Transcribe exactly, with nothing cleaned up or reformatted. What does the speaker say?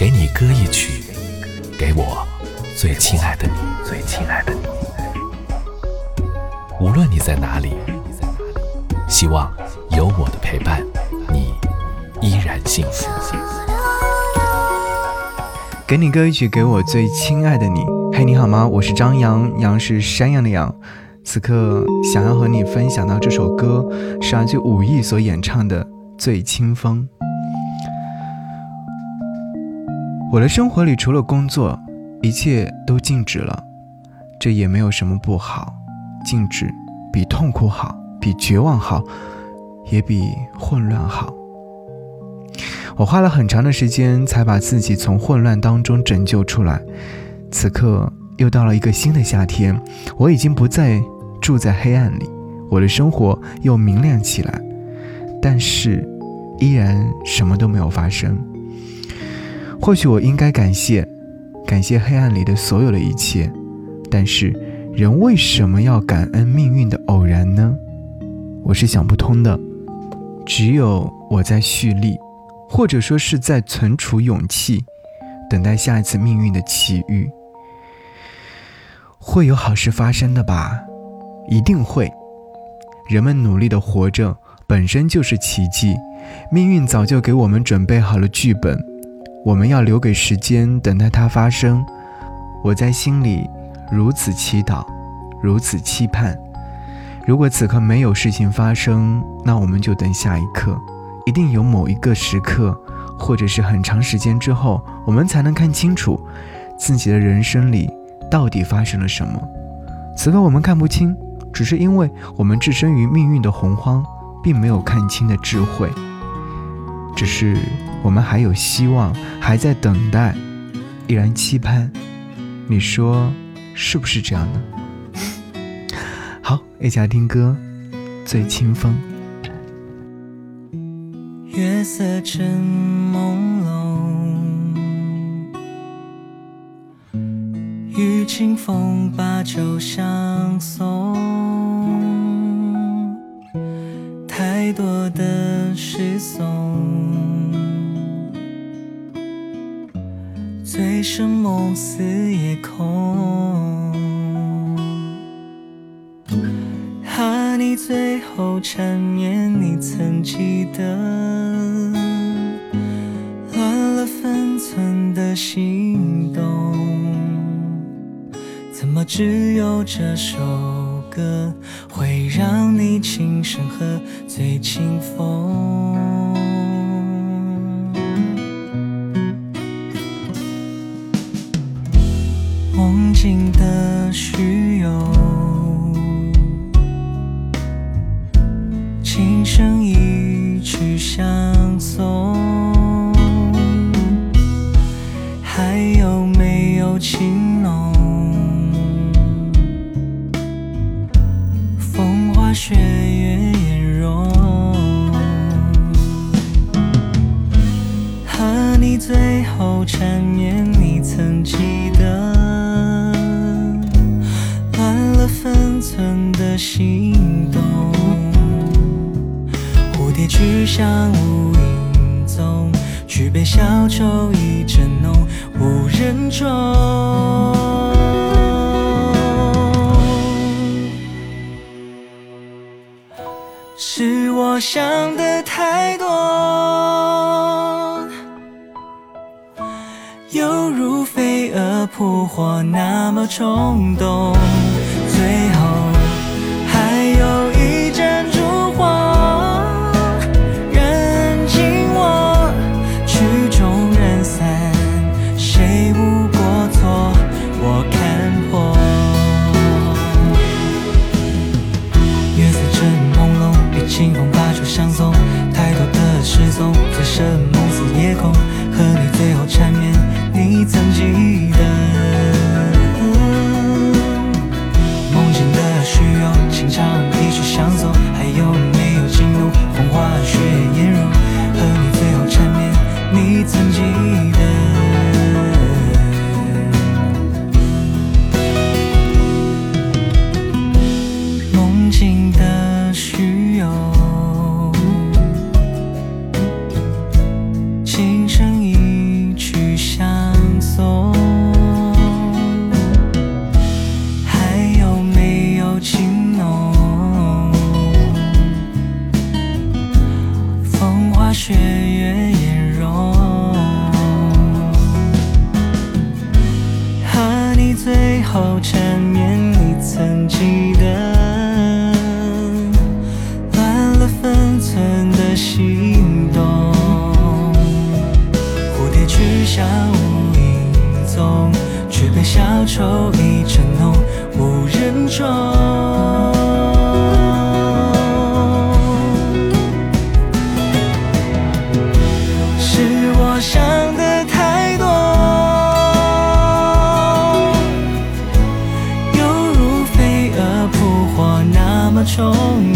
给你歌一曲，给我最亲爱的你，最亲爱的你。无论你在哪里，希望有我的陪伴，你依然幸福。 给你歌一曲，给我最亲爱的你。嘿，你好吗？我是张扬，杨是山羊的羊。此刻想要和你分享到这首歌，是来自武艺所演唱的《醉清风》。我的生活里除了工作，一切都静止了，这也没有什么不好。静止比痛苦好，比绝望好，也比混乱好。我花了很长的时间才把自己从混乱当中拯救出来。此刻又到了一个新的夏天，我已经不再住在黑暗里，我的生活又明亮起来，但是依然什么都没有发生。或许我应该感谢感谢黑暗里的所有的一切，但是人为什么要感恩命运的偶然呢？我是想不通的。只有我在蓄力，或者说是在存储勇气，等待下一次命运的奇遇。会有好事发生的吧？一定会。人们努力的活着本身就是奇迹，命运早就给我们准备好了剧本，我们要留给时间等待它发生。我在心里如此祈祷，如此期盼。如果此刻没有事情发生，那我们就等下一刻，一定有某一个时刻，或者是很长时间之后，我们才能看清楚自己的人生里到底发生了什么。此刻我们看不清，只是因为我们置身于命运的洪荒，并没有看清的智慧。只是我们还有希望，还在等待，依然期盼。你说是不是这样呢？好，一起来听歌《醉清风》。 月色正朦胧，与清风把酒相送，太多的失踪，醉生梦死夜空，啊，你最后缠绵，你曾记得乱了分寸的心动，怎么只有这首歌会让你轻声喝醉清风？梦境的虚有，琴声一曲相送，还有没有情浓？风花雪月颜容，和你最后缠绵，你曾记得乱了分寸的心动，蝴蝶去向无影踪，举杯消愁一阵浓，无人中。是我想的太多，犹如飞蛾扑火那么冲动，最后还有一盏烛火，燃尽我，曲终人散，谁无过错，我看破。月色正朦胧，与清风把酒相送，太多的失踪，醉生梦死夜空，和你最后缠绵，你曾记得梦境的虚有，情长一曲相送，还有没有惊怒？风花雪月颜容，和你最后缠绵，你曾记得梦境的虚有，琴声一曲相后缠绵你曾记得，乱了分寸的心动，蝴蝶去向无影踪，却被小丑一阵浓，无人中。想的太多，犹如飞蛾扑火那么冲